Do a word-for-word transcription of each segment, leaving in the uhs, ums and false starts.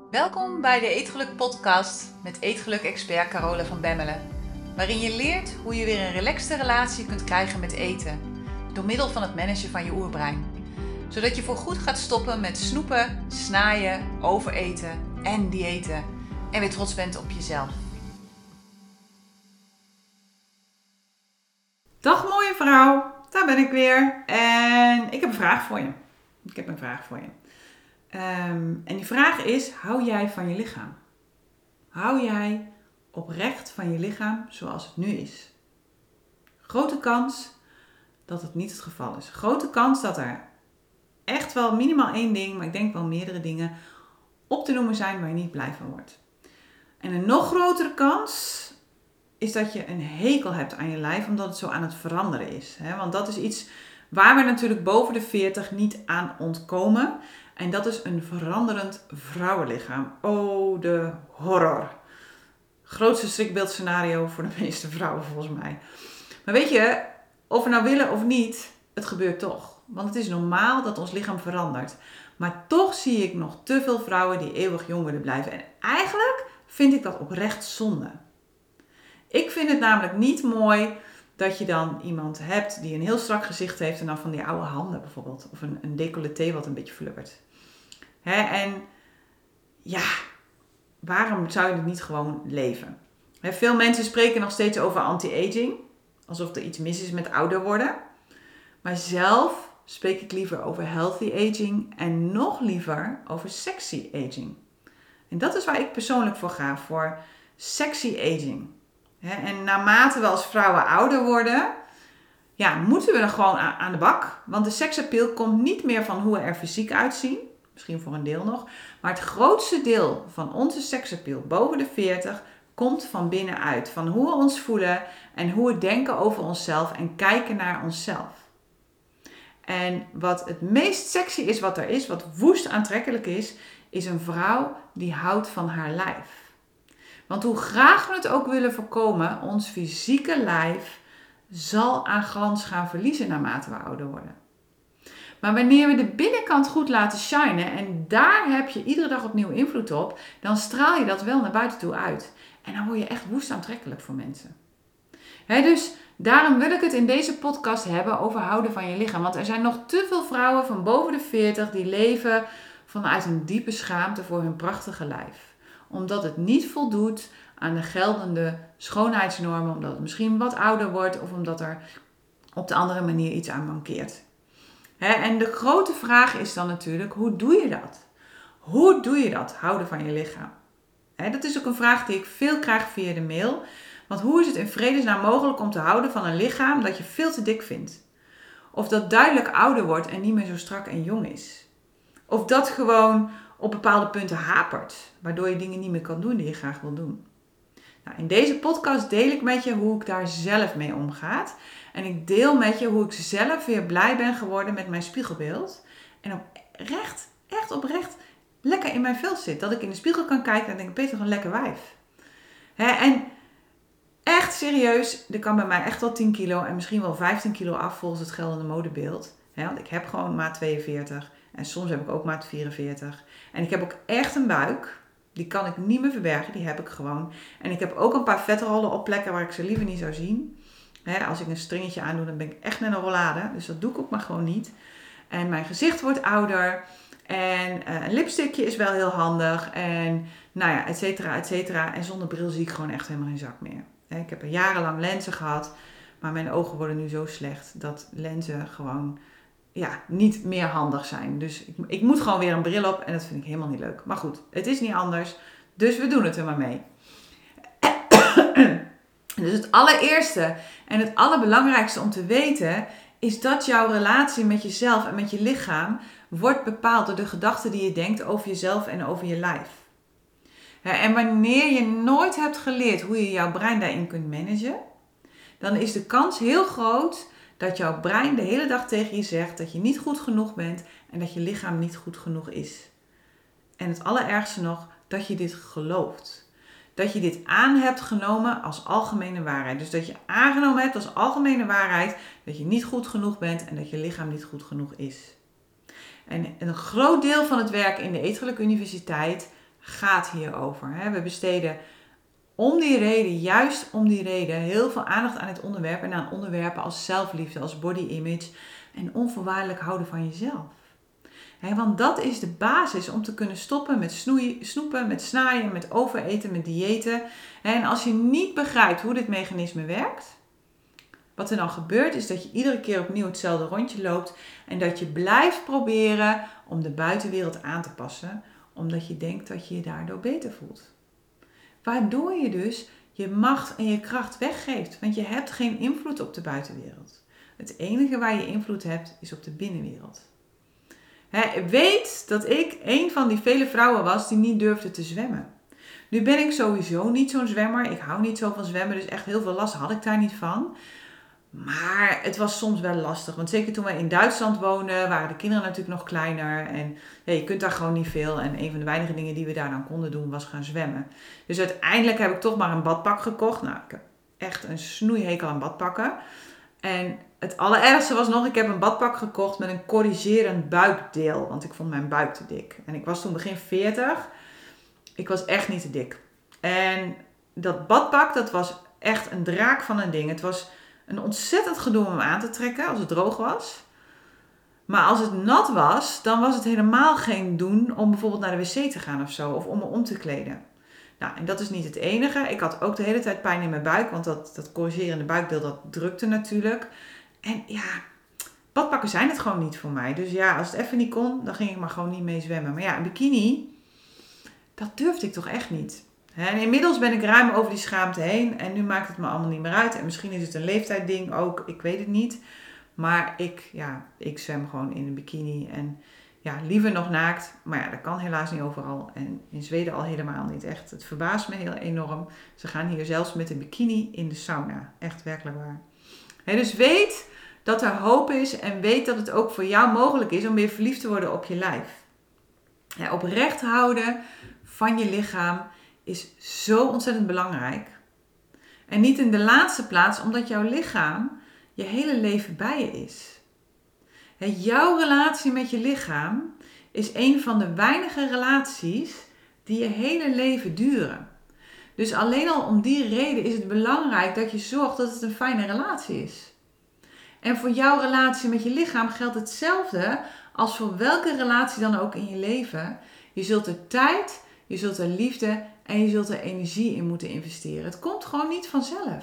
Welkom bij de Eetgeluk podcast met eetgeluk-expert Carola van Bemmelen. Waarin je leert hoe je weer een relaxte relatie kunt krijgen met eten. Door middel van het managen van je oerbrein. Zodat je voorgoed gaat stoppen met snoepen, snaaien, overeten en diëten. En weer trots bent op jezelf. Dag mooie vrouw, daar ben ik weer en ik heb een vraag voor je. Ik heb een vraag voor je. Um, en die vraag is, hou jij van je lichaam? Hou jij oprecht van je lichaam zoals het nu is? Grote kans dat het niet het geval is. Grote kans dat er echt wel minimaal één ding, maar ik denk wel meerdere dingen op te noemen zijn waar je niet blij van wordt. En een nog grotere kans is dat je een hekel hebt aan je lijf omdat het zo aan het veranderen is. Want dat is iets waar we natuurlijk boven de veertig niet aan ontkomen. En dat is een veranderend vrouwenlichaam. Oh, de horror. Grootste schrikbeeldscenario voor de meeste vrouwen volgens mij. Maar weet je, of we nou willen of niet, het gebeurt toch. Want het is normaal dat ons lichaam verandert. Maar toch zie ik nog te veel vrouwen die eeuwig jong willen blijven. En eigenlijk vind ik dat oprecht zonde. Ik vind het namelijk niet mooi dat je dan iemand hebt die een heel strak gezicht heeft en dan van die oude handen bijvoorbeeld. Of een, een decolleté wat een beetje flubbert. Hè, en ja, waarom zou je het niet gewoon leven? Hè, veel mensen spreken nog steeds over anti-aging. Alsof er iets mis is met ouder worden. Maar zelf spreek ik liever over healthy aging en nog liever over sexy aging. En dat is waar ik persoonlijk voor ga, voor sexy aging. He, en naarmate we als vrouwen ouder worden, ja, moeten we er gewoon aan de bak. Want de seksappeal komt niet meer van hoe we er fysiek uitzien. Misschien voor een deel nog. Maar het grootste deel van onze seksappeal boven de veertig komt van binnenuit. Van hoe we ons voelen en hoe we denken over onszelf en kijken naar onszelf. En wat het meest sexy is wat er is, wat woest aantrekkelijk is, is een vrouw die houdt van haar lijf. Want hoe graag we het ook willen voorkomen, ons fysieke lijf zal aan glans gaan verliezen naarmate we ouder worden. Maar wanneer we de binnenkant goed laten shinen en daar heb je iedere dag opnieuw invloed op, dan straal je dat wel naar buiten toe uit. En dan word je echt woest aantrekkelijk voor mensen. He, dus daarom wil ik het in deze podcast hebben over houden van je lichaam. Want er zijn nog te veel vrouwen van boven de veertig die leven vanuit een diepe schaamte voor hun prachtige lijf. Omdat het niet voldoet aan de geldende schoonheidsnormen. Omdat het misschien wat ouder wordt. Of omdat er op de andere manier iets aan mankeert. He, en de grote vraag is dan natuurlijk. Hoe doe je dat? Hoe doe je dat? Houden van je lichaam. He, dat is ook een vraag die ik veel krijg via de mail. Want hoe is het in vredesnaam mogelijk om te houden van een lichaam dat je veel te dik vindt? Of dat duidelijk ouder wordt en niet meer zo strak en jong is? Of dat gewoon op bepaalde punten hapert, waardoor je dingen niet meer kan doen die je graag wil doen. Nou, in deze podcast deel ik met je hoe ik daar zelf mee omga. En ik deel met je hoe ik zelf weer blij ben geworden met mijn spiegelbeeld. En oprecht, echt oprecht, lekker in mijn vel zit. Dat ik in de spiegel kan kijken en denk, Peter, een lekker wijf. Hè, en echt serieus, er kan bij mij echt wel tien kilo en misschien wel vijftien kilo af volgens het geldende modebeeld. Hè, want ik heb gewoon maat tweeënveertig. En soms heb ik ook maat vierenveertig. En ik heb ook echt een buik. Die kan ik niet meer verbergen. Die heb ik gewoon. En ik heb ook een paar vetrollen op plekken waar ik ze liever niet zou zien. He, als ik een stringetje aandoe, dan ben ik echt net een rollade. Dus dat doe ik ook maar gewoon niet. En mijn gezicht wordt ouder. En uh, een lipstickje is wel heel handig. En nou ja, et cetera, et cetera. En zonder bril zie ik gewoon echt helemaal geen zak meer. He, ik heb er jarenlang lenzen gehad. Maar mijn ogen worden nu zo slecht dat lenzen gewoon ja, niet meer handig zijn. Dus ik, ik moet gewoon weer een bril op en dat vind ik helemaal niet leuk. Maar goed, het is niet anders. Dus we doen het er maar mee. Dus het allereerste en het allerbelangrijkste om te weten is dat jouw relatie met jezelf en met je lichaam wordt bepaald door de gedachten die je denkt over jezelf en over je lijf. En wanneer je nooit hebt geleerd hoe je jouw brein daarin kunt managen, dan is de kans heel groot dat jouw brein de hele dag tegen je zegt dat je niet goed genoeg bent en dat je lichaam niet goed genoeg is. En het allerergste nog, dat je dit gelooft. Dat je dit aan hebt genomen als algemene waarheid. Dus dat je aangenomen hebt als algemene waarheid dat je niet goed genoeg bent en dat je lichaam niet goed genoeg is. En een groot deel van het werk in de Eetgeluk Universiteit gaat hierover. Hè? We besteden om die reden, juist om die reden, heel veel aandacht aan het onderwerp en aan onderwerpen als zelfliefde, als body image en onvoorwaardelijk houden van jezelf. He, want dat is de basis om te kunnen stoppen met snoeien, snoepen, met snaaien, met overeten, met diëten. En als je niet begrijpt hoe dit mechanisme werkt, wat er dan gebeurt is dat je iedere keer opnieuw hetzelfde rondje loopt en dat je blijft proberen om de buitenwereld aan te passen, omdat je denkt dat je je daardoor beter voelt. Waardoor je dus je macht en je kracht weggeeft, want je hebt geen invloed op de buitenwereld. Het enige waar je invloed hebt is op de binnenwereld. He, weet dat ik een van die vele vrouwen was die niet durfde te zwemmen. Nu ben ik sowieso niet zo'n zwemmer. Ik hou niet zo van zwemmen, dus echt heel veel last had ik daar niet van. Maar het was soms wel lastig. Want zeker toen wij in Duitsland woonden, waren de kinderen natuurlijk nog kleiner. En ja, je kunt daar gewoon niet veel. En een van de weinige dingen die we daar dan konden doen, was gaan zwemmen. Dus uiteindelijk heb ik toch maar een badpak gekocht. Nou, ik heb echt een snoeihekel aan badpakken. En het allerergste was nog, ik heb een badpak gekocht met een corrigerend buikdeel. Want ik vond mijn buik te dik. En ik was toen begin veertig. Ik was echt niet te dik. En dat badpak, dat was echt een draak van een ding. Het was een ontzettend gedoe om hem aan te trekken als het droog was. Maar als het nat was, dan was het helemaal geen doen om bijvoorbeeld naar de wc te gaan of zo. Of om me om te kleden. Nou, en dat is niet het enige. Ik had ook de hele tijd pijn in mijn buik, want dat, dat corrigerende buikdeel, dat drukte natuurlijk. En ja, badpakken zijn het gewoon niet voor mij. Dus ja, als het even niet kon, dan ging ik maar gewoon niet mee zwemmen. Maar ja, een bikini, dat durfde ik toch echt niet. En inmiddels ben ik ruim over die schaamte heen en nu maakt het me allemaal niet meer uit. En misschien is het een leeftijdding ook, ik weet het niet. Maar ik, ja, ik zwem gewoon in een bikini en ja, liever nog naakt. Maar ja, dat kan helaas niet overal. En in Zweden al helemaal niet. Echt, het verbaast me heel enorm. Ze gaan hier zelfs met een bikini in de sauna. Echt werkelijk waar. He, dus weet dat er hoop is en weet dat het ook voor jou mogelijk is om weer verliefd te worden op je lijf. Ja, oprecht houden van je lichaam is zo ontzettend belangrijk. En niet in de laatste plaats omdat jouw lichaam je hele leven bij je is. He, jouw relatie met je lichaam is een van de weinige relaties die je hele leven duren. Dus alleen al om die reden is het belangrijk dat je zorgt dat het een fijne relatie is. En voor jouw relatie met je lichaam geldt hetzelfde als voor welke relatie dan ook in je leven. Je zult er tijd, je zult er liefde en je zult er energie in moeten investeren. Het komt gewoon niet vanzelf.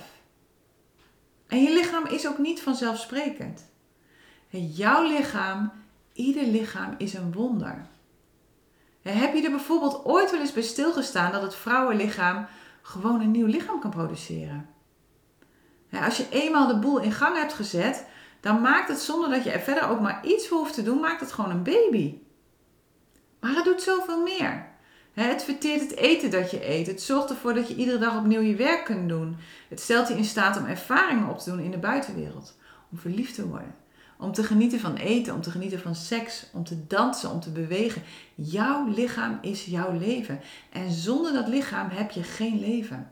En je lichaam is ook niet vanzelfsprekend. Jouw lichaam, ieder lichaam is een wonder. Heb je er bijvoorbeeld ooit wel eens bij stilgestaan dat het vrouwenlichaam gewoon een nieuw lichaam kan produceren? Als je eenmaal de boel in gang hebt gezet, dan maakt het zonder dat je er verder ook maar iets voor hoeft te doen, maakt het gewoon een baby. Maar het doet zoveel meer. Het verteert het eten dat je eet. Het zorgt ervoor dat je iedere dag opnieuw je werk kunt doen. Het stelt je in staat om ervaringen op te doen in de buitenwereld. Om verliefd te worden. Om te genieten van eten, om te genieten van seks, om te dansen, om te bewegen. Jouw lichaam is jouw leven. En zonder dat lichaam heb je geen leven.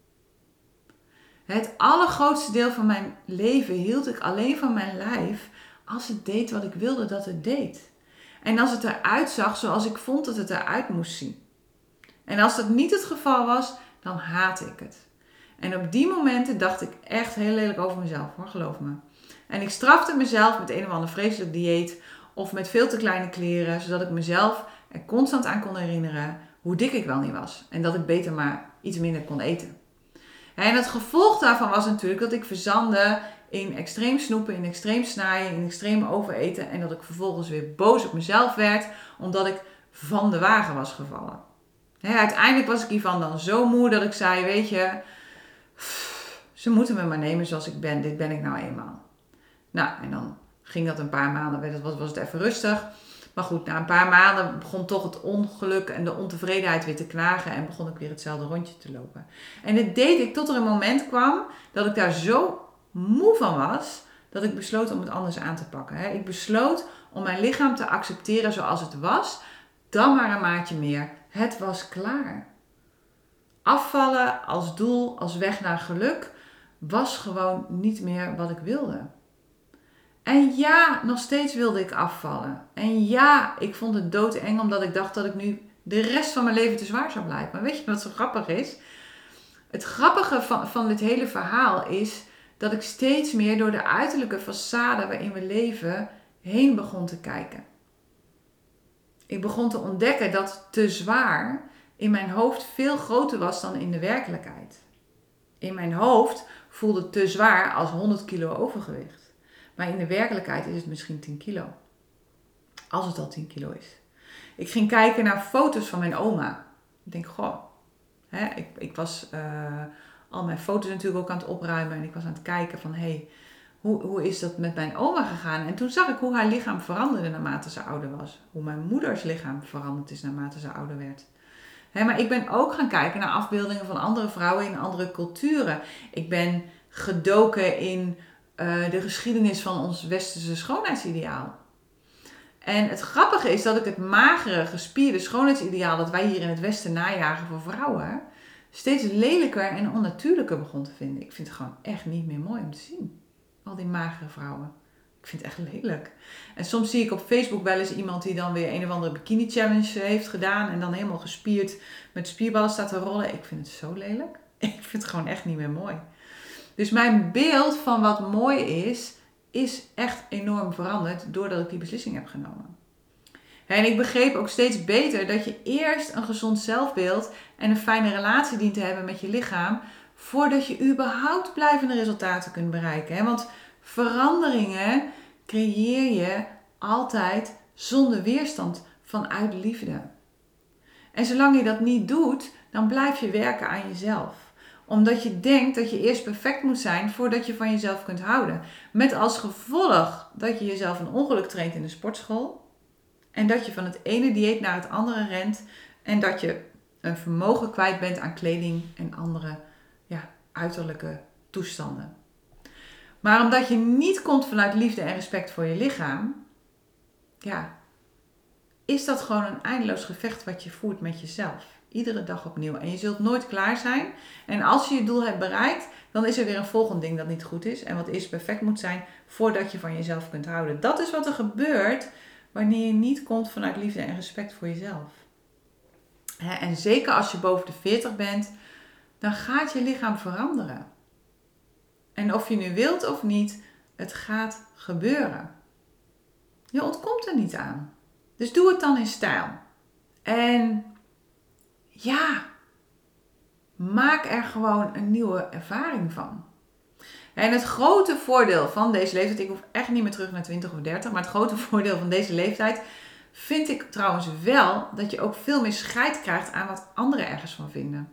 Het allergrootste deel van mijn leven hield ik alleen van mijn lijf als het deed wat ik wilde dat het deed. En als het eruit zag zoals ik vond dat het eruit moest zien. En als dat niet het geval was, dan haatte ik het. En op die momenten dacht ik echt heel lelijk over mezelf, hoor, geloof me. En ik strafte mezelf met een of ander vreselijk dieet of met veel te kleine kleren, zodat ik mezelf er constant aan kon herinneren hoe dik ik wel niet was. En dat ik beter maar iets minder kon eten. En het gevolg daarvan was natuurlijk dat ik verzandde in extreem snoepen, in extreem snaaien, in extreem overeten. En dat ik vervolgens weer boos op mezelf werd, omdat ik van de wagen was gevallen. He, uiteindelijk was ik hiervan dan zo moe dat ik zei, weet je, ze moeten me maar nemen zoals ik ben. Dit ben ik nou eenmaal. Nou, en dan ging dat een paar maanden, was, was het even rustig. Maar goed, na een paar maanden begon toch het ongeluk en de ontevredenheid weer te knagen en begon ik weer hetzelfde rondje te lopen. En dit deed ik tot er een moment kwam dat ik daar zo moe van was, dat ik besloot om het anders aan te pakken. Ik besloot om mijn lichaam te accepteren zoals het was, dan maar een maatje meer. Het was klaar. Afvallen als doel, als weg naar geluk, was gewoon niet meer wat ik wilde. En ja, nog steeds wilde ik afvallen. En ja, ik vond het doodeng omdat ik dacht dat ik nu de rest van mijn leven te zwaar zou blijven. Maar weet je wat zo grappig is? Het grappige van, van dit hele verhaal is dat ik steeds meer door de uiterlijke façade waarin we leven heen begon te kijken. Ik begon te ontdekken dat te zwaar in mijn hoofd veel groter was dan in de werkelijkheid. In mijn hoofd voelde het te zwaar als honderd kilo overgewicht. Maar in de werkelijkheid is het misschien tien kilo. Als het al tien kilo is. Ik ging kijken naar foto's van mijn oma. Ik denk, goh, hè, ik, ik was uh, al mijn foto's natuurlijk ook aan het opruimen. En ik was aan het kijken van, hé, hey, hoe, hoe is dat met mijn oma gegaan? En toen zag ik hoe haar lichaam veranderde naarmate ze ouder was. Hoe mijn moeders lichaam veranderd is naarmate ze ouder werd. Hè, maar ik ben ook gaan kijken naar afbeeldingen van andere vrouwen in andere culturen. Ik ben gedoken in uh, de geschiedenis van ons westerse schoonheidsideaal. En het grappige is dat ik het magere, gespierde schoonheidsideaal dat wij hier in het Westen najagen voor vrouwen, steeds lelijker en onnatuurlijker begon te vinden. Ik vind het gewoon echt niet meer mooi om te zien. Al die magere vrouwen. Ik vind het echt lelijk. En soms zie ik op Facebook wel eens iemand die dan weer een of andere bikini challenge heeft gedaan en dan helemaal gespierd met spierballen staat te rollen. Ik vind het zo lelijk. Ik vind het gewoon echt niet meer mooi. Dus mijn beeld van wat mooi is, is echt enorm veranderd doordat ik die beslissing heb genomen. En ik begreep ook steeds beter dat je eerst een gezond zelfbeeld en een fijne relatie dient te hebben met je lichaam, voordat je überhaupt blijvende resultaten kunt bereiken. Want veranderingen creëer je altijd zonder weerstand vanuit liefde. En zolang je dat niet doet, dan blijf je werken aan jezelf. Omdat je denkt dat je eerst perfect moet zijn voordat je van jezelf kunt houden. Met als gevolg dat je jezelf een ongeluk traint in de sportschool. En dat je van het ene dieet naar het andere rent. En dat je een vermogen kwijt bent aan kleding en andere ja, uiterlijke toestanden. Maar omdat je niet komt vanuit liefde en respect voor je lichaam. Ja, is dat gewoon een eindeloos gevecht wat je voert met jezelf. Iedere dag opnieuw. En je zult nooit klaar zijn. En als je je doel hebt bereikt, dan is er weer een volgend ding dat niet goed is. En wat eerst perfect moet zijn voordat je van jezelf kunt houden. Dat is wat er gebeurt wanneer je niet komt vanuit liefde en respect voor jezelf. En zeker als je boven de veertig bent, dan gaat je lichaam veranderen. En of je nu wilt of niet, het gaat gebeuren. Je ontkomt er niet aan. Dus doe het dan in stijl. En ja, maak er gewoon een nieuwe ervaring van. En het grote voordeel van deze leeftijd, ik hoef echt niet meer terug naar twintig of dertig, maar het grote voordeel van deze leeftijd vind ik trouwens wel dat je ook veel meer scheid krijgt aan wat anderen ergens van vinden.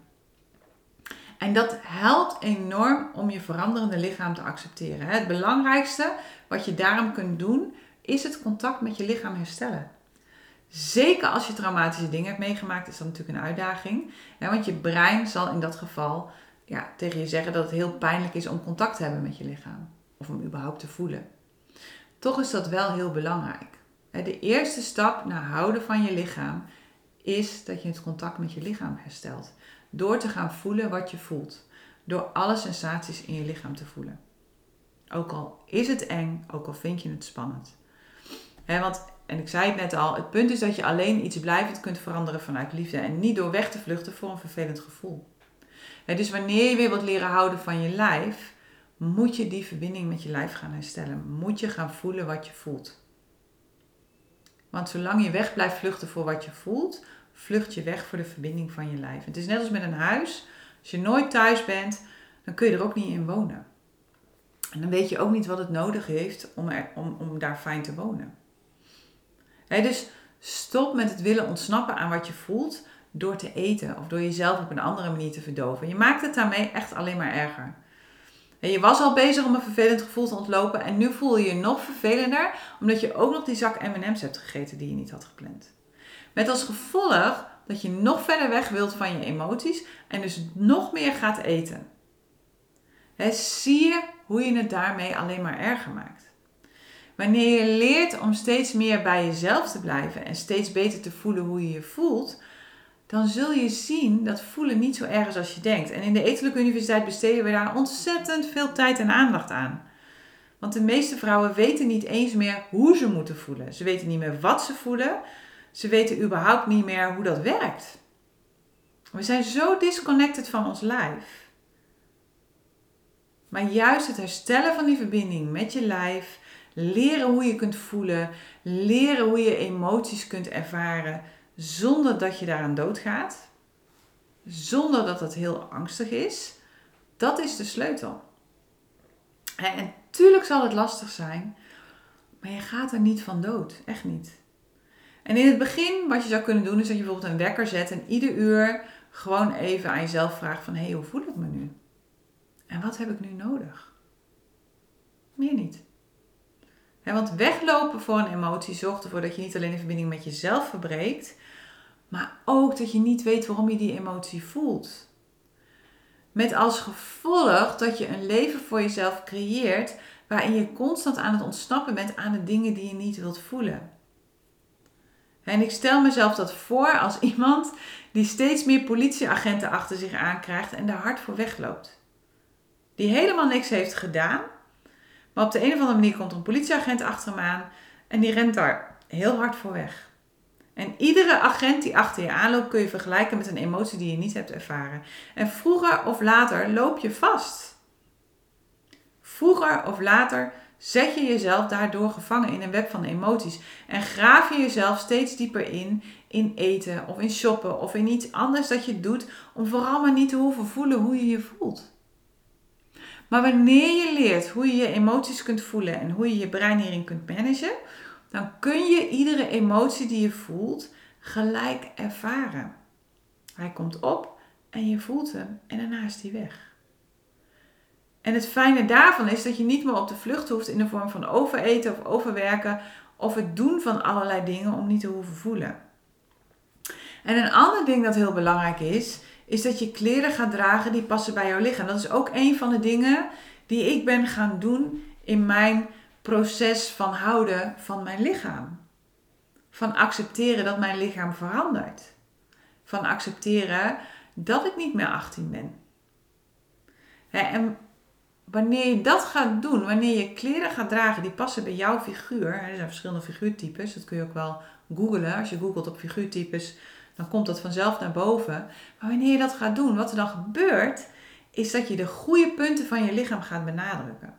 En dat helpt enorm om je veranderende lichaam te accepteren. Het belangrijkste wat je daarom kunt doen, is het contact met je lichaam herstellen. Zeker als je traumatische dingen hebt meegemaakt, is dat natuurlijk een uitdaging. Want je brein zal in dat geval ja, tegen je zeggen dat het heel pijnlijk is om contact te hebben met je lichaam. Of om überhaupt te voelen. Toch is dat wel heel belangrijk. De eerste stap naar houden van je lichaam is dat je het contact met je lichaam herstelt. Door te gaan voelen wat je voelt. Door alle sensaties in je lichaam te voelen. Ook al is het eng, ook al vind je het spannend. He, want, en ik zei het net al, het punt is dat je alleen iets blijvend kunt veranderen vanuit liefde. En niet door weg te vluchten voor een vervelend gevoel. He, dus wanneer je weer wilt leren houden van je lijf, moet je die verbinding met je lijf gaan herstellen. Moet je gaan voelen wat je voelt. Want zolang je weg blijft vluchten voor wat je voelt, vlucht je weg voor de verbinding van je lijf. Het is net als met een huis. Als je nooit thuis bent, dan kun je er ook niet in wonen. En dan weet je ook niet wat het nodig heeft om, er, om, om daar fijn te wonen. He, dus stop met het willen ontsnappen aan wat je voelt door te eten of door jezelf op een andere manier te verdoven. Je maakt het daarmee echt alleen maar erger. He, je was al bezig om een vervelend gevoel te ontlopen en nu voel je je nog vervelender omdat je ook nog die zak M en M's hebt gegeten die je niet had gepland. Met als gevolg dat je nog verder weg wilt van je emoties en dus nog meer gaat eten. He, zie je hoe je het daarmee alleen maar erger maakt. Wanneer je leert om steeds meer bij jezelf te blijven en steeds beter te voelen hoe je je voelt, dan zul je zien dat voelen niet zo erg is als je denkt. En in de Eetelijke Universiteit besteden we daar ontzettend veel tijd en aandacht aan. Want de meeste vrouwen weten niet eens meer hoe ze moeten voelen. Ze weten niet meer wat ze voelen. Ze weten überhaupt niet meer hoe dat werkt. We zijn zo disconnected van ons lijf. Maar juist het herstellen van die verbinding met je lijf, leren hoe je kunt voelen, leren hoe je emoties kunt ervaren zonder dat je daaraan doodgaat, zonder dat het heel angstig is, dat is de sleutel. En tuurlijk zal het lastig zijn, maar je gaat er niet van dood, echt niet. En in het begin, wat je zou kunnen doen, is dat je bijvoorbeeld een wekker zet en ieder uur gewoon even aan jezelf vraagt van, hé, hey, hoe voel ik me nu? En wat heb ik nu nodig? Meer niet. He, want weglopen voor een emotie zorgt ervoor dat je niet alleen de verbinding met jezelf verbreekt, maar ook dat je niet weet waarom je die emotie voelt. Met als gevolg dat je een leven voor jezelf creëert waarin je constant aan het ontsnappen bent aan de dingen die je niet wilt voelen. En ik stel mezelf dat voor als iemand die steeds meer politieagenten achter zich aankrijgt en daar hard voor wegloopt. Die helemaal niks heeft gedaan, maar op de een of andere manier komt er een politieagent achter hem aan en die rent daar heel hard voor weg. En iedere agent die achter je aanloopt kun je vergelijken met een emotie die je niet hebt ervaren. En vroeger of later loop je vast. Vroeger of later zet je jezelf daardoor gevangen in een web van emoties. En graaf je jezelf steeds dieper in, in eten of in shoppen of in iets anders dat je doet, om vooral maar niet te hoeven voelen hoe je je voelt. Maar wanneer je leert hoe je je emoties kunt voelen en hoe je je brein hierin kunt managen, dan kun je iedere emotie die je voelt gelijk ervaren. Hij komt op en je voelt hem en daarna is hij weg. En het fijne daarvan is dat je niet meer op de vlucht hoeft in de vorm van overeten of overwerken of het doen van allerlei dingen om niet te hoeven voelen. En een ander ding dat heel belangrijk is, is dat je kleren gaat dragen die passen bij jouw lichaam. Dat is ook een van de dingen die ik ben gaan doen in mijn proces van houden van mijn lichaam. Van accepteren dat mijn lichaam verandert. Van accepteren dat ik niet meer achttien ben. En wanneer je dat gaat doen, wanneer je kleren gaat dragen die passen bij jouw figuur. Er zijn verschillende figuurtypes, dat kun je ook wel googlen. Als je googelt op figuurtypes, dan komt dat vanzelf naar boven. Maar wanneer je dat gaat doen, wat er dan gebeurt, is dat je de goede punten van je lichaam gaat benadrukken.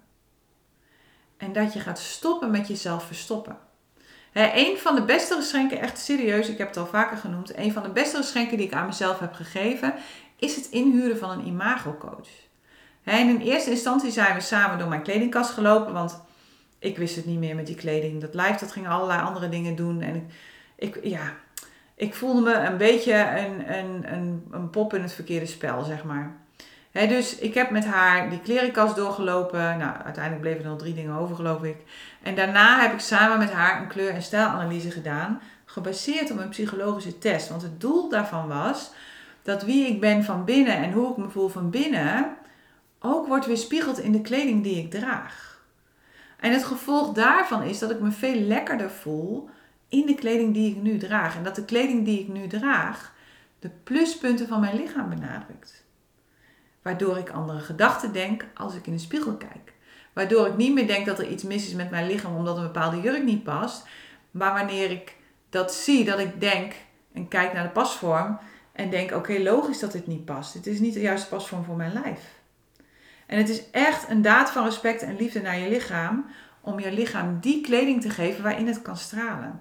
En dat je gaat stoppen met jezelf verstoppen. He, een van de beste geschenken, echt serieus, ik heb het al vaker genoemd. Een van de beste geschenken die ik aan mezelf heb gegeven, is het inhuren van een imagocoach. He, en in eerste instantie zijn we samen door mijn kledingkast gelopen, want ik wist het niet meer met die kleding. Dat lijf, dat ging allerlei andere dingen doen. En ik, ik, ja, ik voelde me een beetje een, een, een, een pop in het verkeerde spel, zeg maar. He, dus ik heb met haar die klerenkast doorgelopen. Nou, uiteindelijk bleven er nog drie dingen over, geloof ik. En daarna heb ik samen met haar een kleur- en stijlanalyse gedaan, gebaseerd op een psychologische test. Want het doel daarvan was dat wie ik ben van binnen en hoe ik me voel van binnen ook wordt weerspiegeld in de kleding die ik draag. En het gevolg daarvan is dat ik me veel lekkerder voel in de kleding die ik nu draag. En dat de kleding die ik nu draag de pluspunten van mijn lichaam benadrukt. Waardoor ik andere gedachten denk als ik in de spiegel kijk. Waardoor ik niet meer denk dat er iets mis is met mijn lichaam omdat een bepaalde jurk niet past. Maar wanneer ik dat zie, dat ik denk en kijk naar de pasvorm en denk, oké, okay, logisch dat dit niet past. Dit is niet de juiste pasvorm voor mijn lijf. En het is echt een daad van respect en liefde naar je lichaam om je lichaam die kleding te geven waarin het kan stralen.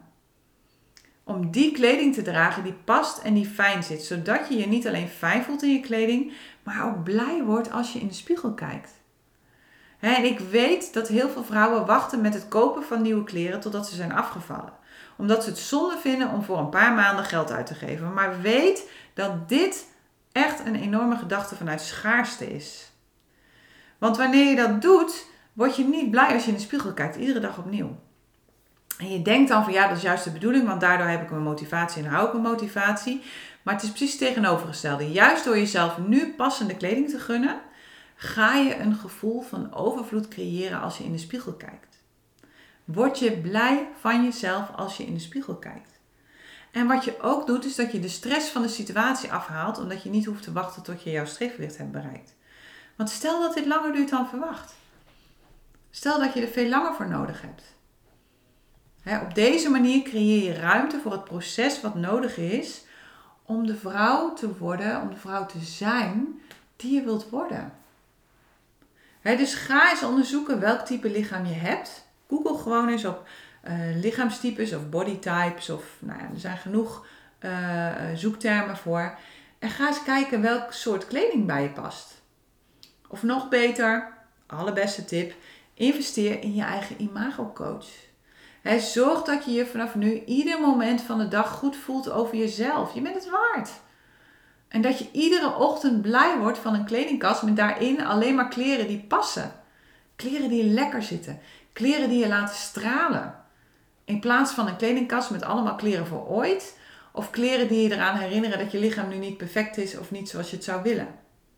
Om die kleding te dragen die past en die fijn zit. Zodat je je niet alleen fijn voelt in je kleding, maar ook blij wordt als je in de spiegel kijkt. En ik weet dat heel veel vrouwen wachten met het kopen van nieuwe kleren totdat ze zijn afgevallen. Omdat ze het zonde vinden om voor een paar maanden geld uit te geven. Maar weet dat dit echt een enorme gedachte vanuit schaarste is. Want wanneer je dat doet, word je niet blij als je in de spiegel kijkt. Iedere dag opnieuw. En je denkt dan van ja, dat is juist de bedoeling, want daardoor heb ik mijn motivatie en hou ik mijn motivatie. Maar het is precies het tegenovergestelde. Juist door jezelf nu passende kleding te gunnen, ga je een gevoel van overvloed creëren als je in de spiegel kijkt. Word je blij van jezelf als je in de spiegel kijkt. En wat je ook doet, is dat je de stress van de situatie afhaalt, omdat je niet hoeft te wachten tot je jouw streefgewicht hebt bereikt. Want stel dat dit langer duurt dan verwacht. Stel dat je er veel langer voor nodig hebt. He, op deze manier creëer je ruimte voor het proces wat nodig is om de vrouw te worden, om de vrouw te zijn die je wilt worden. He, dus ga eens onderzoeken welk type lichaam je hebt. Google gewoon eens op uh, lichaamstypes of bodytypes. Of, nou ja, er zijn genoeg uh, zoektermen voor. En ga eens kijken welk soort kleding bij je past. Of nog beter, allerbeste tip, investeer in je eigen imagocoach. He, zorg dat je je vanaf nu ieder moment van de dag goed voelt over jezelf. Je bent het waard. En dat je iedere ochtend blij wordt van een kledingkast met daarin alleen maar kleren die passen. Kleren die lekker zitten. Kleren die je laten stralen. In plaats van een kledingkast met allemaal kleren voor ooit. Of kleren die je eraan herinneren dat je lichaam nu niet perfect is of niet zoals je het zou willen.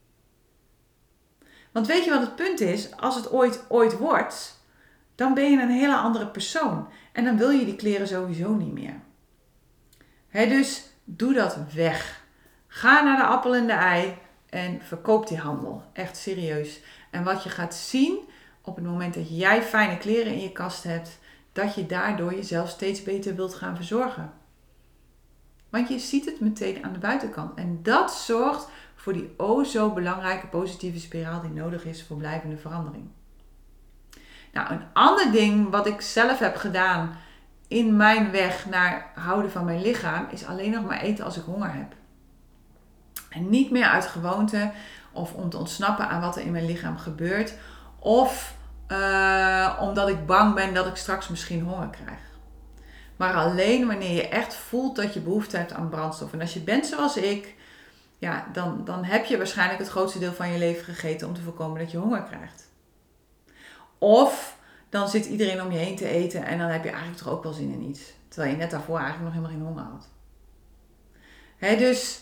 Want weet je wat het punt is? Als het ooit ooit wordt, dan ben je een hele andere persoon. En dan wil je die kleren sowieso niet meer. He, dus doe dat weg. Ga naar de appel en de ei en verkoop die handel. Echt serieus. En wat je gaat zien op het moment dat jij fijne kleren in je kast hebt, dat je daardoor jezelf steeds beter wilt gaan verzorgen. Want je ziet het meteen aan de buitenkant. En dat zorgt voor die o zo belangrijke positieve spiraal die nodig is voor blijvende verandering. Nou, een ander ding wat ik zelf heb gedaan in mijn weg naar houden van mijn lichaam, is alleen nog maar eten als ik honger heb. En niet meer uit gewoonte of om te ontsnappen aan wat er in mijn lichaam gebeurt. Of uh, omdat ik bang ben dat ik straks misschien honger krijg. Maar alleen wanneer je echt voelt dat je behoefte hebt aan brandstof. En als je bent zoals ik, ja, dan, dan heb je waarschijnlijk het grootste deel van je leven gegeten om te voorkomen dat je honger krijgt. Of dan zit iedereen om je heen te eten en dan heb je eigenlijk toch ook wel zin in iets. Terwijl je net daarvoor eigenlijk nog helemaal geen honger had. He, dus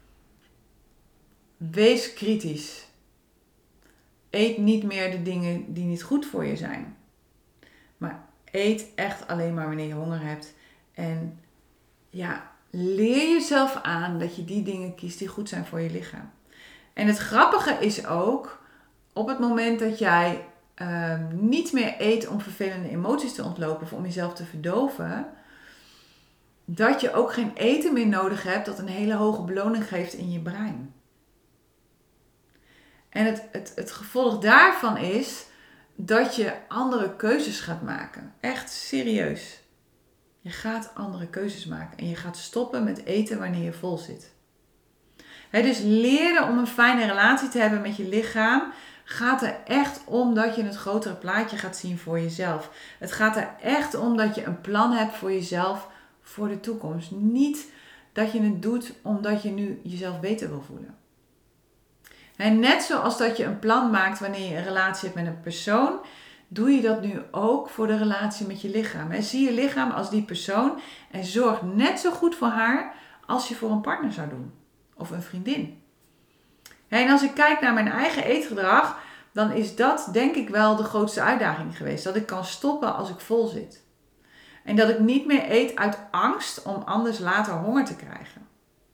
wees kritisch. Eet niet meer de dingen die niet goed voor je zijn. Maar eet echt alleen maar wanneer je honger hebt. En ja, leer jezelf aan dat je die dingen kiest die goed zijn voor je lichaam. En het grappige is ook, op het moment dat jij uh, niet meer eet om vervelende emoties te ontlopen of om jezelf te verdoven, dat je ook geen eten meer nodig hebt dat een hele hoge beloning geeft in je brein. En het, het, het gevolg daarvan is dat je andere keuzes gaat maken. Echt serieus. Je gaat andere keuzes maken. En je gaat stoppen met eten wanneer je vol zit. He, dus leren om een fijne relatie te hebben met je lichaam gaat er echt om dat je het grotere plaatje gaat zien voor jezelf. Het gaat er echt om dat je een plan hebt voor jezelf voor de toekomst. Niet dat je het doet omdat je nu jezelf beter wil voelen. En net zoals dat je een plan maakt wanneer je een relatie hebt met een persoon, doe je dat nu ook voor de relatie met je lichaam. En zie je lichaam als die persoon en zorg net zo goed voor haar als je voor een partner zou doen. Of een vriendin. En als ik kijk naar mijn eigen eetgedrag, dan is dat denk ik wel de grootste uitdaging geweest. Dat ik kan stoppen als ik vol zit. En dat ik niet meer eet uit angst om anders later honger te krijgen.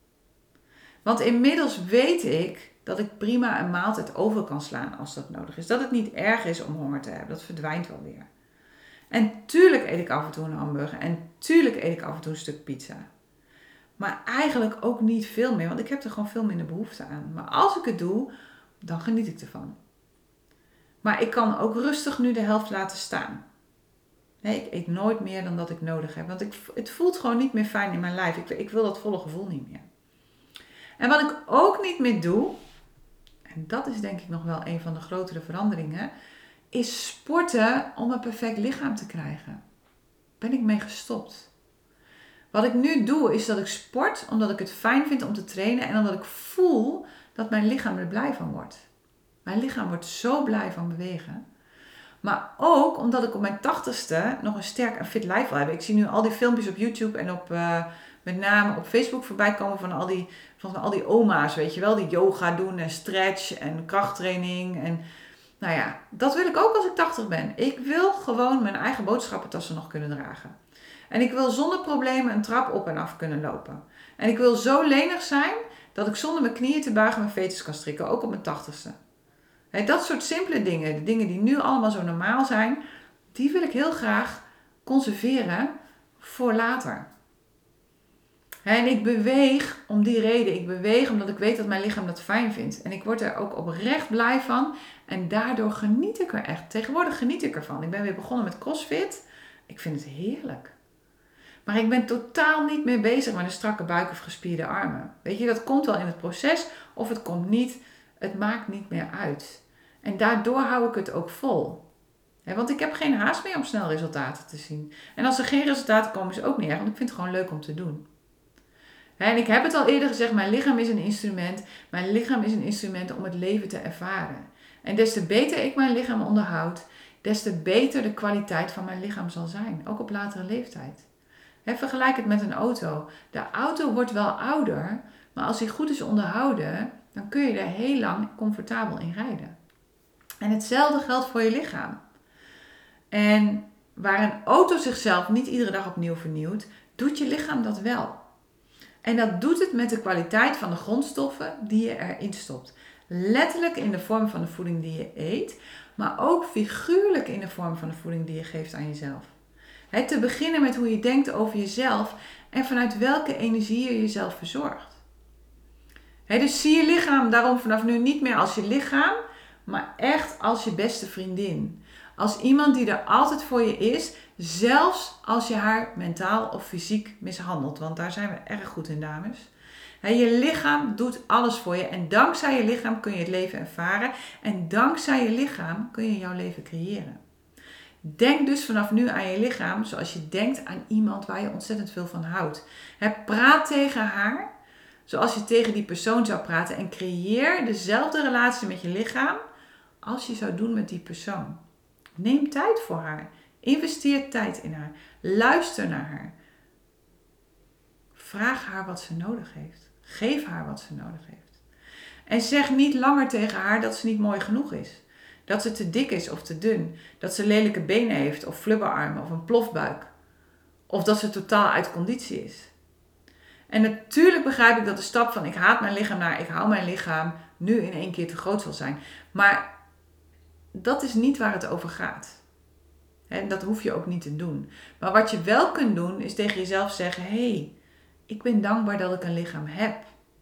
Want inmiddels weet ik dat ik prima een maaltijd over kan slaan als dat nodig is. Dat het niet erg is om honger te hebben. Dat verdwijnt wel weer. En tuurlijk eet ik af en toe een hamburger. En tuurlijk eet ik af en toe een stuk pizza. Maar eigenlijk ook niet veel meer. Want ik heb er gewoon veel minder behoefte aan. Maar als ik het doe, dan geniet ik ervan. Maar ik kan ook rustig nu de helft laten staan. Nee, ik eet nooit meer dan dat ik nodig heb. Want ik, het voelt gewoon niet meer fijn in mijn lijf. Ik, ik wil dat volle gevoel niet meer. En wat ik ook niet meer doe, en dat is denk ik nog wel een van de grotere veranderingen, is sporten om een perfect lichaam te krijgen. Ben ik mee gestopt. Wat ik nu doe is dat ik sport omdat ik het fijn vind om te trainen en omdat ik voel dat mijn lichaam er blij van wordt. Mijn lichaam wordt zo blij van bewegen. Maar ook omdat ik op mijn tachtigste nog een sterk en fit lijf wil hebben. Ik zie nu al die filmpjes op YouTube en op, uh, met name op Facebook voorbij komen van al, die, van al die oma's, weet je wel. Die yoga doen en stretch en krachttraining. En nou ja, dat wil ik ook als ik tachtig ben. Ik wil gewoon mijn eigen boodschappentassen nog kunnen dragen. En ik wil zonder problemen een trap op en af kunnen lopen. En ik wil zo lenig zijn dat ik zonder mijn knieën te buigen mijn veters kan strikken, ook op mijn tachtigste. He, dat soort simpele dingen, de dingen die nu allemaal zo normaal zijn, die wil ik heel graag conserveren voor later. En ik beweeg om die reden. Ik beweeg omdat ik weet dat mijn lichaam dat fijn vindt. En ik word er ook oprecht blij van. En daardoor geniet ik er echt. Tegenwoordig geniet ik ervan. Ik ben weer begonnen met CrossFit. Ik vind het heerlijk. Maar ik ben totaal niet meer bezig met een strakke buik of gespierde armen. Weet je, dat komt wel in het proces of het komt niet. Het maakt niet meer uit. En daardoor hou ik het ook vol. He, want ik heb geen haast meer om snel resultaten te zien. En als er geen resultaten komen is ook niet erg. Want ik vind het gewoon leuk om te doen. He, en ik heb het al eerder gezegd. Mijn lichaam is een instrument. Mijn lichaam is een instrument om het leven te ervaren. En des te beter ik mijn lichaam onderhoud. Des te beter de kwaliteit van mijn lichaam zal zijn. Ook op latere leeftijd. He, vergelijk het met een auto. De auto wordt wel ouder. Maar als die goed is onderhouden. Dan kun je er heel lang comfortabel in rijden. En hetzelfde geldt voor je lichaam. En waar een auto zichzelf niet iedere dag opnieuw vernieuwt, doet je lichaam dat wel. En dat doet het met de kwaliteit van de grondstoffen die je erin stopt. Letterlijk in de vorm van de voeding die je eet, maar ook figuurlijk in de vorm van de voeding die je geeft aan jezelf. He, te beginnen met hoe je denkt over jezelf en vanuit welke energie je jezelf verzorgt. He, dus zie je lichaam daarom vanaf nu niet meer als je lichaam, maar echt als je beste vriendin. Als iemand die er altijd voor je is, zelfs als je haar mentaal of fysiek mishandelt. Want daar zijn we erg goed in, dames. He, je lichaam doet alles voor je. En dankzij je lichaam kun je het leven ervaren. En dankzij je lichaam kun je jouw leven creëren. Denk dus vanaf nu aan je lichaam zoals je denkt aan iemand waar je ontzettend veel van houdt. He, praat tegen haar zoals je tegen die persoon zou praten. En creëer dezelfde relatie met je lichaam als je zou doen met die persoon. Neem tijd voor haar. Investeer tijd in haar. Luister naar haar. Vraag haar wat ze nodig heeft. Geef haar wat ze nodig heeft. En zeg niet langer tegen haar dat ze niet mooi genoeg is. Dat ze te dik is of te dun. Dat ze lelijke benen heeft of flubberarmen of een plofbuik. Of dat ze totaal uit conditie is. En natuurlijk begrijp ik dat de stap van ik haat mijn lichaam naar ik hou mijn lichaam nu in één keer te groot zal zijn. Maar dat is niet waar het over gaat. En dat hoef je ook niet te doen. Maar wat je wel kunt doen is tegen jezelf zeggen, hé, hey, ik ben dankbaar dat ik een lichaam heb.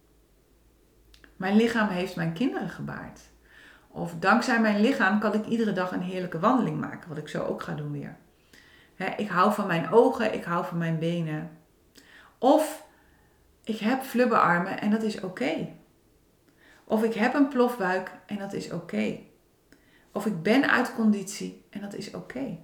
Mijn lichaam heeft mijn kinderen gebaard. Of dankzij mijn lichaam kan ik iedere dag een heerlijke wandeling maken. Wat ik zo ook ga doen weer. He, ik hou van mijn ogen, ik hou van mijn benen. Of ik heb flubberarmen en dat is oké. Okay. Of ik heb een plofbuik en dat is oké. Okay. Of ik ben uit conditie en dat is oké. Okay.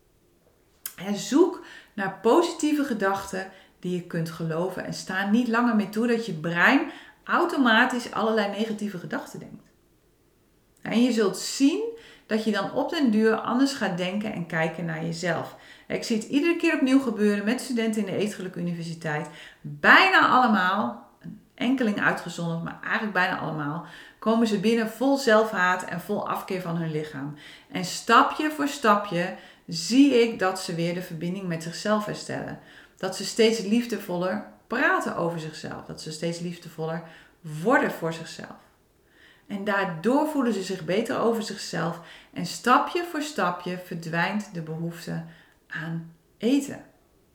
En zoek naar positieve gedachten die je kunt geloven. En sta niet langer meer toe dat je brein automatisch allerlei negatieve gedachten denkt. En je zult zien dat je dan op den duur anders gaat denken en kijken naar jezelf. Ik zie het iedere keer opnieuw gebeuren met studenten in de Eetgeluk Universiteit. Bijna allemaal, een enkeling uitgezonderd, maar eigenlijk bijna allemaal, komen ze binnen vol zelfhaat en vol afkeer van hun lichaam. En stapje voor stapje zie ik dat ze weer de verbinding met zichzelf herstellen. Dat ze steeds liefdevoller praten over zichzelf. Dat ze steeds liefdevoller worden voor zichzelf. En daardoor voelen ze zich beter over zichzelf. En stapje voor stapje verdwijnt de behoefte aan eten.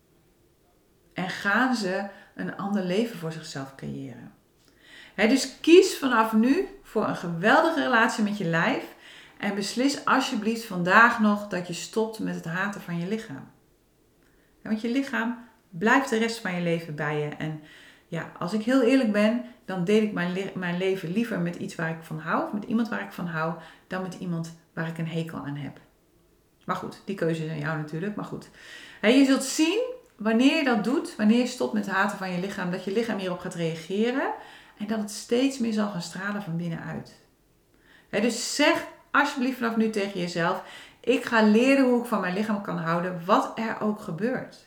En gaan ze een ander leven voor zichzelf creëren. He, dus kies vanaf nu voor een geweldige relatie met je lijf. En beslis alsjeblieft vandaag nog dat je stopt met het haten van je lichaam. Ja, want je lichaam blijft de rest van je leven bij je. En ja, als ik heel eerlijk ben, dan deel ik mijn, le- mijn leven liever met iets waar ik van hou. Of met iemand waar ik van hou, dan met iemand waar ik een hekel aan heb. Maar goed, die keuze is aan jou natuurlijk. Maar goed. He, je zult zien, wanneer je dat doet, wanneer je stopt met het haten van je lichaam, dat je lichaam hierop gaat reageren. En dat het steeds meer zal gaan stralen van binnenuit. He, dus zeg alsjeblieft vanaf nu tegen jezelf, ik ga leren hoe ik van mijn lichaam kan houden, wat er ook gebeurt.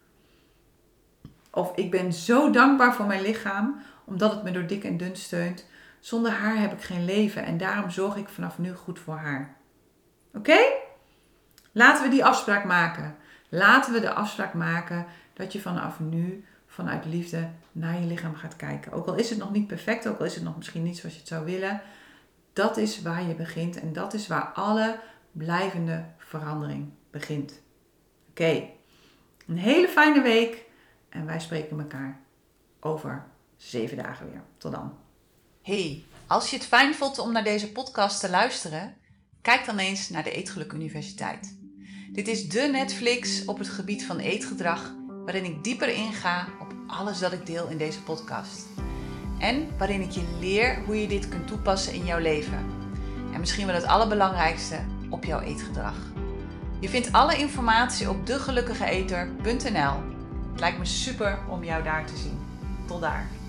Of ik ben zo dankbaar voor mijn lichaam, omdat het me door dik en dun steunt. Zonder haar heb ik geen leven en daarom zorg ik vanaf nu goed voor haar. Oké? Okay? Laten we die afspraak maken. Laten we de afspraak maken dat je vanaf nu vanuit liefde naar je lichaam gaat kijken. Ook al is het nog niet perfect, ook al is het nog misschien niet zoals je het zou willen. Dat is waar je begint en dat is waar alle blijvende verandering begint. Oké. Okay. Een hele fijne week. En wij spreken elkaar over zeven dagen weer. Tot dan. Hey, als je het fijn vond om naar deze podcast te luisteren, kijk dan eens naar de Eetgeluk Universiteit. Dit is de Netflix op het gebied van eetgedrag, waarin ik dieper inga op alles dat ik deel in deze podcast. En waarin ik je leer hoe je dit kunt toepassen in jouw leven. En misschien wel het allerbelangrijkste, op jouw eetgedrag. Je vindt alle informatie op de gelukkige eter punt n l. Het lijkt me super om jou daar te zien. Tot daar.